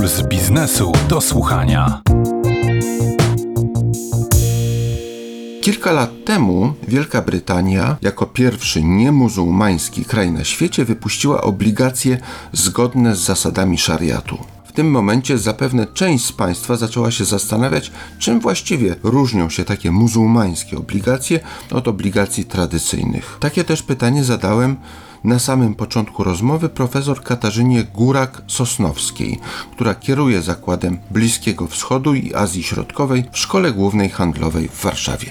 z biznesu do słuchania. Kilka lat temu Wielka Brytania, jako pierwszy niemuzułmański kraj na świecie, wypuściła obligacje zgodne z zasadami szariatu. W tym momencie zapewne część z Państwa zaczęła się zastanawiać, czym właściwie różnią się takie muzułmańskie obligacje od obligacji tradycyjnych. Takie też pytanie zadałem na samym początku rozmowy profesor Katarzynie Górak-Sosnowskiej, która kieruje Zakładem Bliskiego Wschodu i Azji Środkowej w Szkole Głównej Handlowej w Warszawie.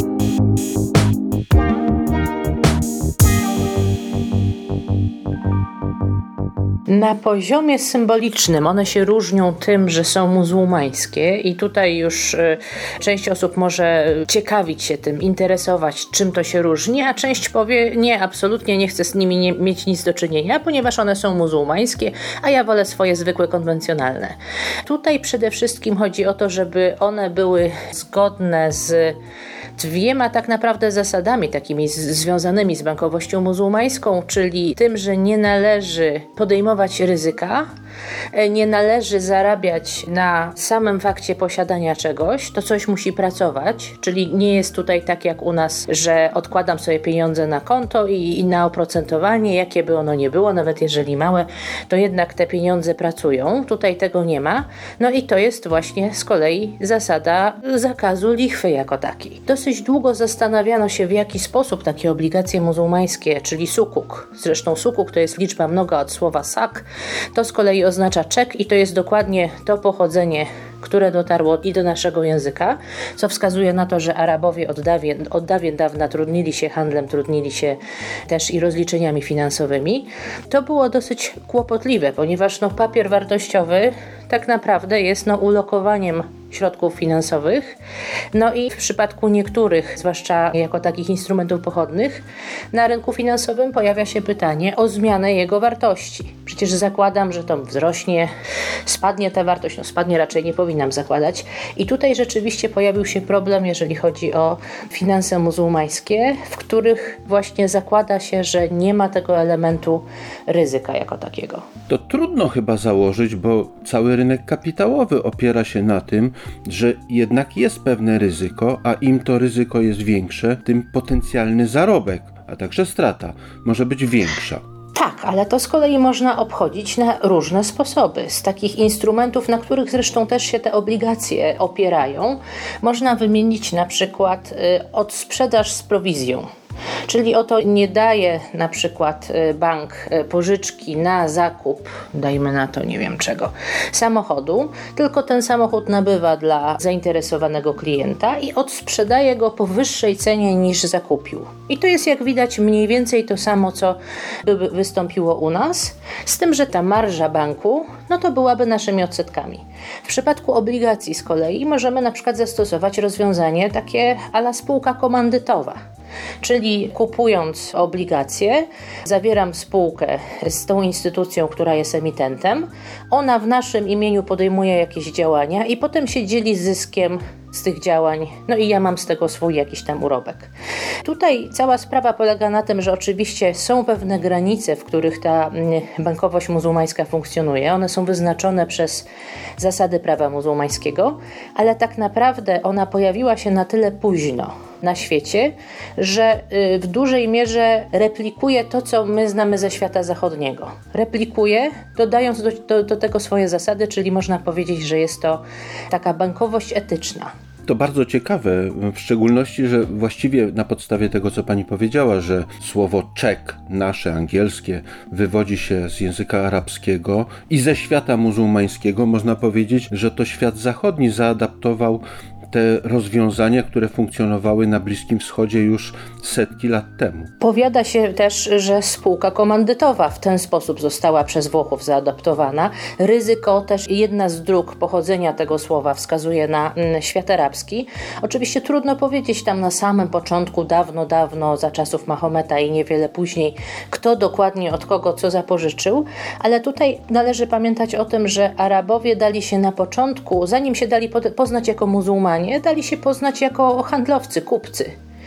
Na poziomie symbolicznym one się różnią tym, że są muzułmańskie i tutaj już część osób może ciekawić się tym, interesować, czym to się różni, a część powie, nie, absolutnie nie chcę z nimi mieć nic do czynienia, ponieważ one są muzułmańskie, a ja wolę swoje zwykłe, konwencjonalne. Tutaj przede wszystkim chodzi o to, żeby one były zgodne z dwiema tak naprawdę zasadami takimi związanymi z bankowością muzułmańską, czyli tym, że nie należy podejmować ryzyka, nie należy zarabiać na samym fakcie posiadania czegoś, to coś musi pracować, czyli nie jest tutaj tak jak u nas, że odkładam sobie pieniądze na konto i na oprocentowanie, jakie by ono nie było, nawet jeżeli małe, to jednak te pieniądze pracują, tutaj tego nie ma, no i to jest właśnie z kolei zasada zakazu lichwy jako takiej. Dosyć długo zastanawiano się, w jaki sposób takie obligacje muzułmańskie, czyli sukuk, zresztą sukuk to jest liczba mnoga od słowa sak, to z kolei oznacza czek i to jest dokładnie to pochodzenie, które dotarło i do naszego języka, co wskazuje na to, że Arabowie od dawien dawna trudnili się handlem, trudnili się też i rozliczeniami finansowymi. To było dosyć kłopotliwe, ponieważ papier wartościowy tak naprawdę jest ulokowaniem środków finansowych. No i w przypadku niektórych, zwłaszcza jako takich instrumentów pochodnych, na rynku finansowym pojawia się pytanie o zmianę jego wartości. Przecież zakładam, że to wzrośnie, spadnie ta wartość, spadnie raczej nie powinnam zakładać. I tutaj rzeczywiście pojawił się problem, jeżeli chodzi o finanse muzułmańskie, w których właśnie zakłada się, że nie ma tego elementu ryzyka jako takiego. To trudno chyba założyć, bo cały rynek kapitałowy opiera się na tym, że jednak jest pewne ryzyko, a im to ryzyko jest większe, tym potencjalny zarobek, a także strata może być większa. Tak, ale to z kolei można obchodzić na różne sposoby. Z takich instrumentów, na których zresztą też się te obligacje opierają, można wymienić na przykład odsprzedaż z prowizją. Czyli oto nie daje na przykład bank pożyczki na zakup, dajmy na to nie wiem czego, samochodu, tylko ten samochód nabywa dla zainteresowanego klienta i odsprzedaje go po wyższej cenie niż zakupił. I to jest jak widać mniej więcej to samo, co by wystąpiło u nas, z tym, że ta marża banku, to byłaby naszymi odsetkami. W przypadku obligacji z kolei możemy na przykład zastosować rozwiązanie takie a la spółka komandytowa. Czyli kupując obligacje, zawieram spółkę z tą instytucją, która jest emitentem, ona w naszym imieniu podejmuje jakieś działania i potem się dzieli zyskiem z tych działań, i ja mam z tego swój jakiś tam urobek. Tutaj cała sprawa polega na tym, że oczywiście są pewne granice, w których ta bankowość muzułmańska funkcjonuje. One są wyznaczone przez zasady prawa muzułmańskiego, ale tak naprawdę ona pojawiła się na tyle późno na świecie, że w dużej mierze replikuje to, co my znamy ze świata zachodniego. Replikuje, dodając do tego swoje zasady, czyli można powiedzieć, że jest to taka bankowość etyczna. To bardzo ciekawe, w szczególności, że właściwie na podstawie tego, co pani powiedziała, że słowo czek, nasze, angielskie, wywodzi się z języka arabskiego i ze świata muzułmańskiego, można powiedzieć, że to świat zachodni zaadaptował te rozwiązania, które funkcjonowały na Bliskim Wschodzie już setki lat temu. Powiada się też, że spółka komandytowa w ten sposób została przez Włochów zaadaptowana. Ryzyko też jedna z dróg pochodzenia tego słowa wskazuje na świat arabski. Oczywiście trudno powiedzieć tam na samym początku, dawno, za czasów Mahometa i niewiele później, kto dokładnie od kogo co zapożyczył, ale tutaj należy pamiętać o tym, że Arabowie dali się na początku, zanim się dali poznać jako muzułmanie, dali się poznać jako handlowcy, kupcy.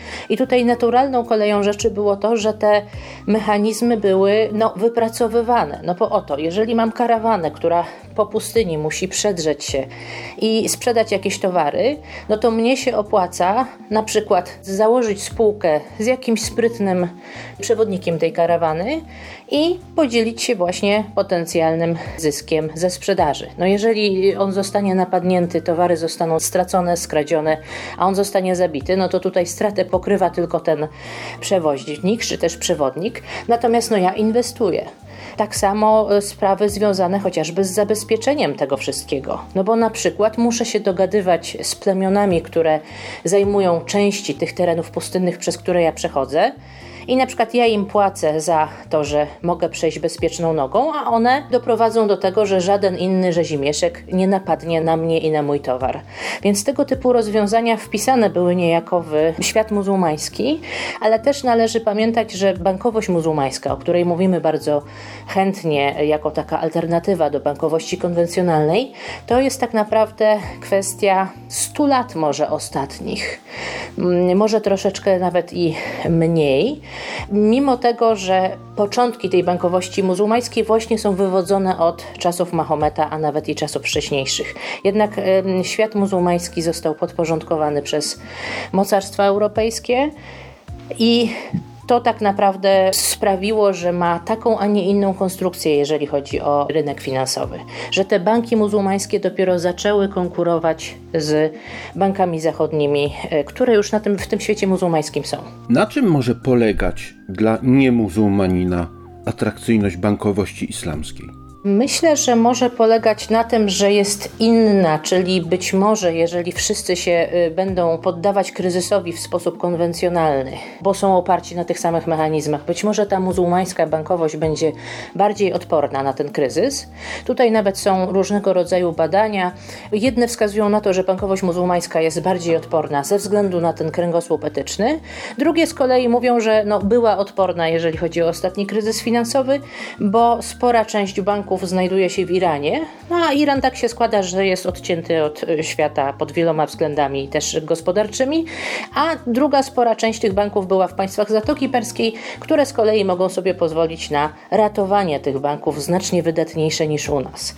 I tutaj naturalną koleją rzeczy było to, że te mechanizmy były wypracowywane. No bo oto, jeżeli mam karawanę, która po pustyni musi przedrzeć się i sprzedać jakieś towary, no to mnie się opłaca na przykład założyć spółkę z jakimś sprytnym przewodnikiem tej karawany i podzielić się właśnie potencjalnym zyskiem ze sprzedaży. No jeżeli on zostanie napadnięty, towary zostaną stracone, skradzione, a on zostanie zabity, no to tutaj stratę pokrywa tylko ten przewoźnik czy też przewodnik, natomiast ja inwestuję. Tak samo sprawy związane chociażby z zabezpieczeniem tego wszystkiego. No bo na przykład muszę się dogadywać z plemionami, które zajmują części tych terenów pustynnych, przez które ja przechodzę. I na przykład ja im płacę za to, że mogę przejść bezpieczną nogą, a one doprowadzą do tego, że żaden inny rzezimieszek nie napadnie na mnie i na mój towar. Więc tego typu rozwiązania wpisane były niejako w świat muzułmański, ale też należy pamiętać, że bankowość muzułmańska, o której mówimy bardzo chętnie jako taka alternatywa do bankowości konwencjonalnej, to jest tak naprawdę kwestia 100 lat może ostatnich. Może troszeczkę nawet i mniej. Mimo tego, że początki tej bankowości muzułmańskiej właśnie są wywodzone od czasów Mahometa, a nawet i czasów wcześniejszych. Jednak świat muzułmański został podporządkowany przez mocarstwa europejskie i to tak naprawdę sprawiło, że ma taką, a nie inną konstrukcję, jeżeli chodzi o rynek finansowy. Że te banki muzułmańskie dopiero zaczęły konkurować z bankami zachodnimi, które już w tym świecie muzułmańskim są. Na czym może polegać dla niemuzułmanina atrakcyjność bankowości islamskiej? Myślę, że może polegać na tym, że jest inna, czyli być może, jeżeli wszyscy się będą poddawać kryzysowi w sposób konwencjonalny, bo są oparci na tych samych mechanizmach, być może ta muzułmańska bankowość będzie bardziej odporna na ten kryzys. Tutaj nawet są różnego rodzaju badania. Jedne wskazują na to, że bankowość muzułmańska jest bardziej odporna ze względu na ten kręgosłup etyczny. Drugie z kolei mówią, że była odporna, jeżeli chodzi o ostatni kryzys finansowy, bo spora część banków znajduje się w Iranie, a Iran tak się składa, że jest odcięty od świata pod wieloma względami też gospodarczymi, a druga spora część tych banków była w państwach Zatoki Perskiej, które z kolei mogą sobie pozwolić na ratowanie tych banków znacznie wydatniejsze niż u nas.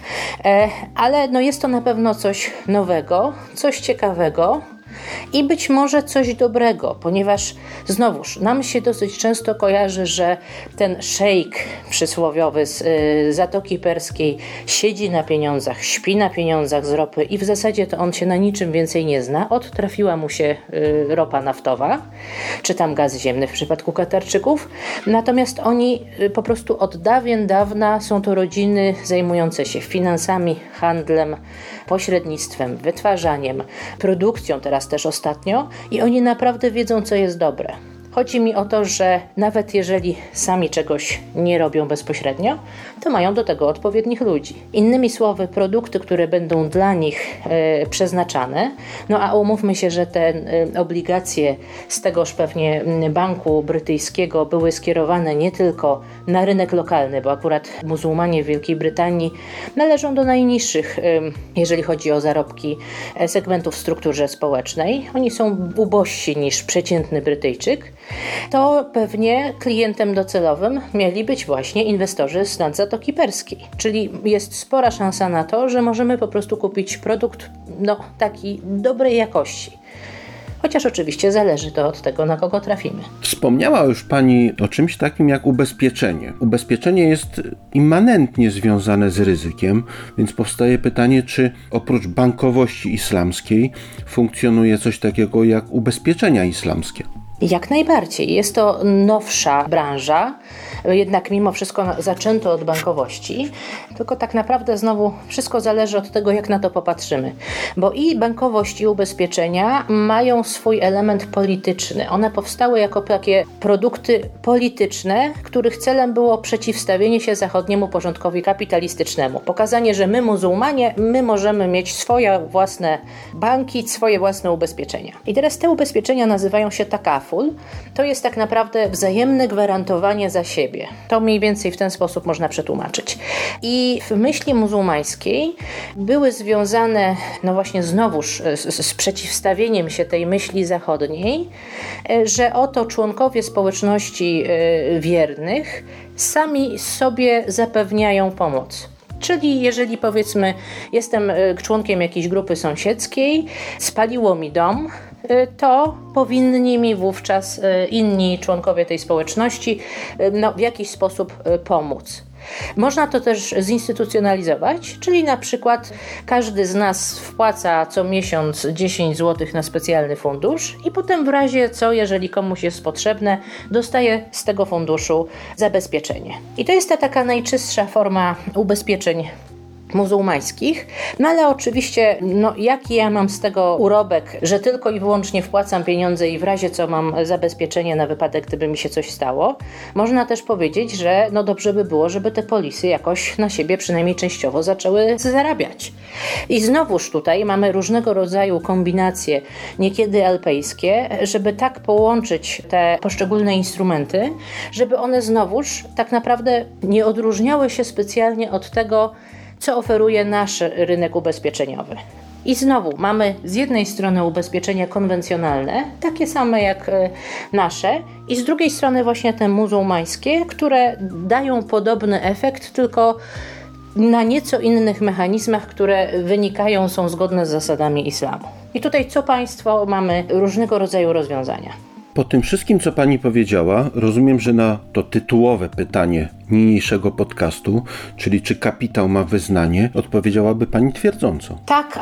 Ale jest to na pewno coś nowego, coś ciekawego, i być może coś dobrego, ponieważ znowuż nam się dosyć często kojarzy, że ten szejk przysłowiowy z Zatoki Perskiej siedzi na pieniądzach, śpi na pieniądzach z ropy i w zasadzie to on się na niczym więcej nie zna. Trafiła mu się ropa naftowa, czy tam gaz ziemny w przypadku Katarczyków. Natomiast oni po prostu od dawien dawna są to rodziny zajmujące się finansami, handlem, pośrednictwem, wytwarzaniem, produkcją teraz też ostatnio i oni naprawdę wiedzą, co jest dobre. Chodzi mi o to, że nawet jeżeli sami czegoś nie robią bezpośrednio, to mają do tego odpowiednich ludzi. Innymi słowy, produkty, które będą dla nich przeznaczane, a umówmy się, że te obligacje z tegoż pewnie banku brytyjskiego były skierowane nie tylko na rynek lokalny, bo akurat muzułmanie w Wielkiej Brytanii należą do najniższych, jeżeli chodzi o zarobki segmentów w strukturze społecznej. Oni są ubożsi niż przeciętny Brytyjczyk. To pewnie klientem docelowym mieli być właśnie inwestorzy z nad Zatoki Perskiej. Czyli jest spora szansa na to, że możemy po prostu kupić produkt taki dobrej jakości. Chociaż oczywiście zależy to od tego, na kogo trafimy. Wspomniała już Pani o czymś takim jak ubezpieczenie. Ubezpieczenie jest immanentnie związane z ryzykiem, więc powstaje pytanie, czy oprócz bankowości islamskiej funkcjonuje coś takiego jak ubezpieczenia islamskie? Jak najbardziej. Jest to nowsza branża, jednak mimo wszystko zaczęto od bankowości, tylko tak naprawdę znowu wszystko zależy od tego, jak na to popatrzymy. Bo i bankowość, i ubezpieczenia mają swój element polityczny. One powstały jako takie produkty polityczne, których celem było przeciwstawienie się zachodniemu porządkowi kapitalistycznemu. Pokazanie, że my muzułmanie, my możemy mieć swoje własne banki, swoje własne ubezpieczenia. I teraz te ubezpieczenia nazywają się takaful. takaful to jest tak naprawdę wzajemne gwarantowanie za siebie. To mniej więcej w ten sposób można przetłumaczyć. I w myśli muzułmańskiej były związane, no właśnie znowuż z przeciwstawieniem się tej myśli zachodniej, że oto członkowie społeczności wiernych sami sobie zapewniają pomoc. Czyli jeżeli powiedzmy jestem członkiem jakiejś grupy sąsiedzkiej, spaliło mi dom, to powinni mi wówczas inni członkowie tej społeczności w jakiś sposób pomóc. Można to też zinstytucjonalizować, czyli na przykład każdy z nas wpłaca co miesiąc 10 zł na specjalny fundusz i potem w razie co, jeżeli komuś jest potrzebne, dostaje z tego funduszu zabezpieczenie. I to jest ta taka najczystsza forma ubezpieczeń muzułmańskich, no ale oczywiście jaki ja mam z tego urobek, że tylko i wyłącznie wpłacam pieniądze i w razie co mam zabezpieczenie na wypadek, gdyby mi się coś stało. Można też powiedzieć, że dobrze by było, żeby te polisy jakoś na siebie przynajmniej częściowo zaczęły zarabiać. I znowuż tutaj mamy różnego rodzaju kombinacje, niekiedy alpejskie, żeby tak połączyć te poszczególne instrumenty, żeby one znowuż tak naprawdę nie odróżniały się specjalnie od tego, co oferuje nasz rynek ubezpieczeniowy. I znowu mamy z jednej strony ubezpieczenia konwencjonalne, takie same jak nasze, i z drugiej strony właśnie te muzułmańskie, które dają podobny efekt, tylko na nieco innych mechanizmach, które są zgodne z zasadami islamu. I tutaj co państwo mamy różnego rodzaju rozwiązania. Po tym wszystkim, co pani powiedziała, rozumiem, że na to tytułowe pytanie niniejszego podcastu, czyli czy kapitał ma wyznanie, odpowiedziałaby pani twierdząco. Tak,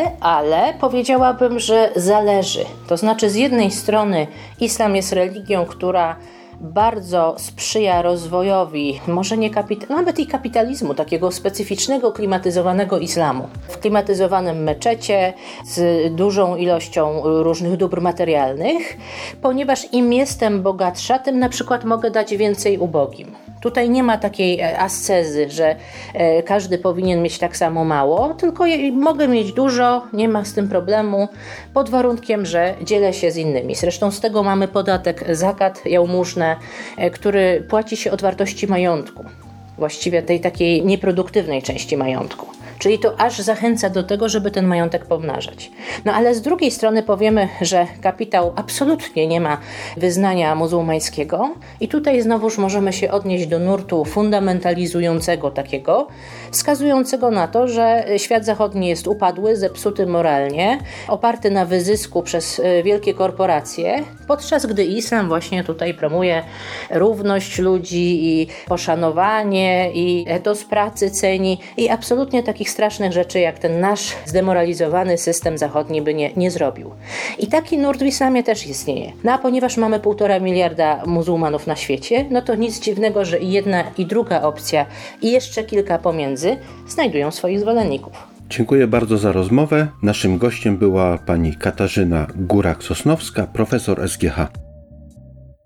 ale powiedziałabym, że zależy. To znaczy z jednej strony islam jest religią, która bardzo sprzyja rozwojowi, może nie nawet i kapitalizmu, takiego specyficznego, klimatyzowanego islamu. W klimatyzowanym meczecie z dużą ilością różnych dóbr materialnych, ponieważ im jestem bogatsza, tym na przykład mogę dać więcej ubogim. Tutaj nie ma takiej ascezy, że każdy powinien mieć tak samo mało, tylko mogę mieć dużo, nie ma z tym problemu, pod warunkiem, że dzielę się z innymi. Zresztą z tego mamy podatek zakat, jałmużnę, który płaci się od wartości majątku, właściwie tej takiej nieproduktywnej części majątku. Czyli to aż zachęca do tego, żeby ten majątek pomnażać. Ale z drugiej strony powiemy, że kapitał absolutnie nie ma wyznania muzułmańskiego i tutaj znowuż możemy się odnieść do nurtu fundamentalizującego takiego, wskazującego na to, że świat zachodni jest upadły, zepsuty moralnie, oparty na wyzysku przez wielkie korporacje, podczas gdy islam właśnie tutaj promuje równość ludzi i poszanowanie i etos pracy ceni i absolutnie takich strasznych rzeczy, jak ten nasz zdemoralizowany system zachodni by nie zrobił. I taki nurt w islamie też istnieje. A ponieważ mamy 1,5 miliarda muzułmanów na świecie, to nic dziwnego, że i jedna i druga opcja i jeszcze kilka pomiędzy znajdują swoich zwolenników. Dziękuję bardzo za rozmowę. Naszym gościem była pani Katarzyna Górak-Sosnowska, profesor SGH.